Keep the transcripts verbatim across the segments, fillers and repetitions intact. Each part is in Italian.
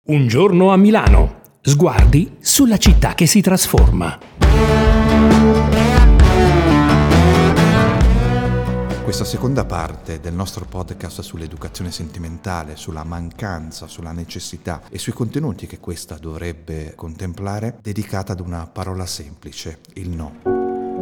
Un giorno a Milano. Sguardi sulla città che si trasforma. Questa seconda parte del nostro podcast sull'educazione sentimentale, sulla mancanza, sulla necessità e sui contenuti che questa dovrebbe contemplare, dedicata ad una parola semplice, il no.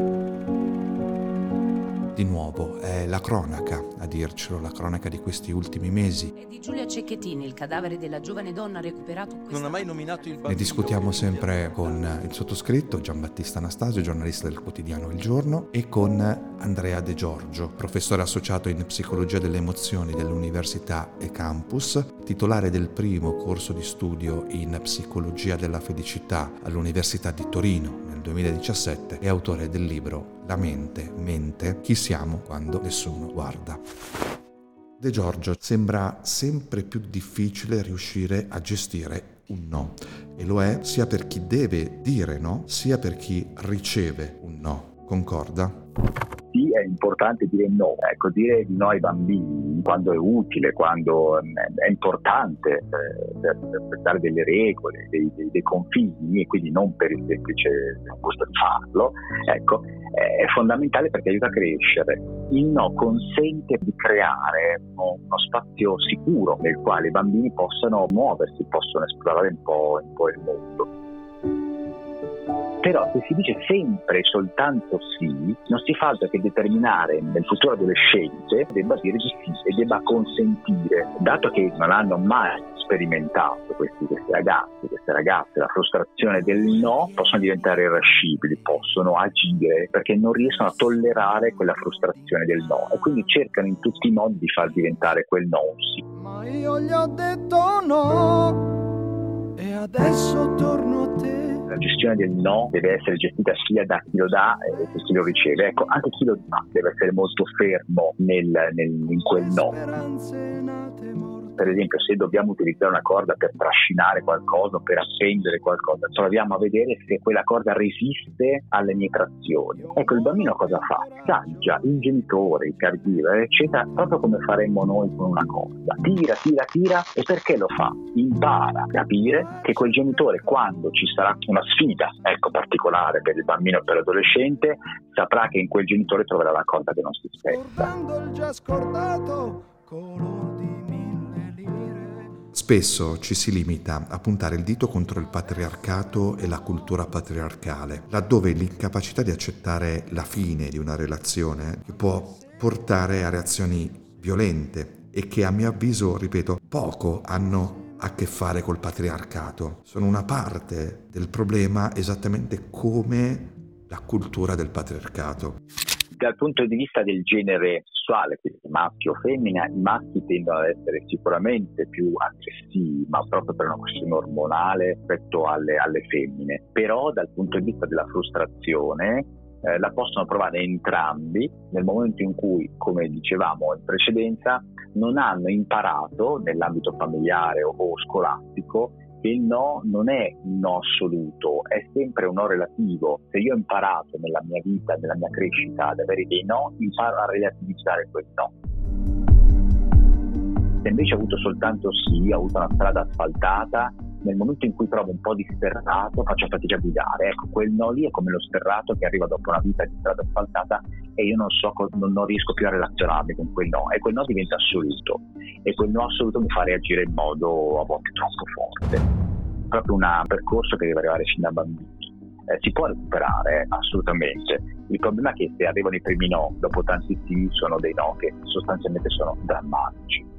Di nuovo, è la cronaca a dircelo, la cronaca di questi ultimi mesi. È di Giulia Cecchetini, il cadavere della giovane donna recuperato questa... Non ha mai nominato il bambino. Ne discutiamo sempre con il sottoscritto, Giambattista Anastasio, giornalista del quotidiano Il Giorno, e con Andrea De Giorgio, professore associato in psicologia delle emozioni dell'Università e Campus, titolare del primo corso di studio in psicologia della felicità all'Università di Torino nel duemiladiciassette e autore del libro La mente mente, chi siamo quando nessuno guarda. De Giorgio, sembra sempre più difficile riuscire a gestire un no, e lo è sia per chi deve dire no, sia per chi riceve un no. Concorda? Sì, è importante dire no, ecco, dire di no ai bambini quando è utile, quando è importante eh, per rispettare delle regole, dei, dei, dei confini, e quindi non per il semplice gusto di farlo, ecco, è fondamentale perché aiuta a crescere. Il no consente di creare uno, uno spazio sicuro nel quale i bambini possano muoversi, possono esplorare un po', un po' il mondo. Però se si dice sempre e soltanto sì, non si fa altro che determinare nel futuro adolescente debba dire di sì e debba consentire, dato che non hanno mai sperimentato questi, questi ragazzi, queste ragazze, la frustrazione del no, possono diventare irascibili, possono agire perché non riescono a tollerare quella frustrazione del no e quindi cercano in tutti i modi di far diventare quel no un sì. Ma io gli ho detto no e adesso torno a te. La gestione del no deve essere gestita sia da chi lo dà che chi lo riceve. Ecco, anche chi lo dà deve essere molto fermo nel, nel, in quel no. Per esempio, se dobbiamo utilizzare una corda per trascinare qualcosa, per appendere qualcosa, proviamo a vedere se quella corda resiste alle mie trazioni. Ecco, il bambino cosa fa? Saggia il genitore, il caregiver, eccetera, proprio come faremmo noi con una corda. Tira, tira, tira, e perché lo fa? Impara a capire che quel genitore, quando ci sarà una sfida, ecco, particolare per il bambino o per l'adolescente, saprà che in quel genitore troverà la corda che non si spezza. Spesso ci si limita a puntare il dito contro il patriarcato e la cultura patriarcale, laddove l'incapacità di accettare la fine di una relazione può portare a reazioni violente e che, a mio avviso, ripeto, poco hanno a che fare col patriarcato. Sono una parte del problema, esattamente come la cultura del patriarcato. Dal punto di vista del genere sessuale, quindi maschio o femmina, i maschi tendono ad essere sicuramente più aggressivi, ma proprio per una questione ormonale rispetto alle, alle femmine. Però dal punto di vista della frustrazione eh, la possono provare entrambi nel momento in cui, come dicevamo in precedenza, non hanno imparato nell'ambito familiare o, o scolastico che il no non è un no assoluto, è sempre un no relativo. Se io ho imparato nella mia vita, nella mia crescita ad avere dei no, imparo a relativizzare quel no. Se invece ho avuto soltanto sì, ho avuto una strada asfaltata, nel momento in cui trovo un po' di sterrato faccio fatica a guidare. Ecco, quel no lì è come lo sterrato che arriva dopo una vita di strada asfaltata e io non so, non, non riesco più a relazionarmi con quel no, e quel no diventa assoluto, e quel no assoluto mi fa reagire in modo a volte troppo forte. Proprio un percorso che deve arrivare fin da bambini. Eh, si può recuperare, assolutamente. Il problema è che se arrivano i primi no, dopo tanti sì, sono dei no che sostanzialmente sono drammatici.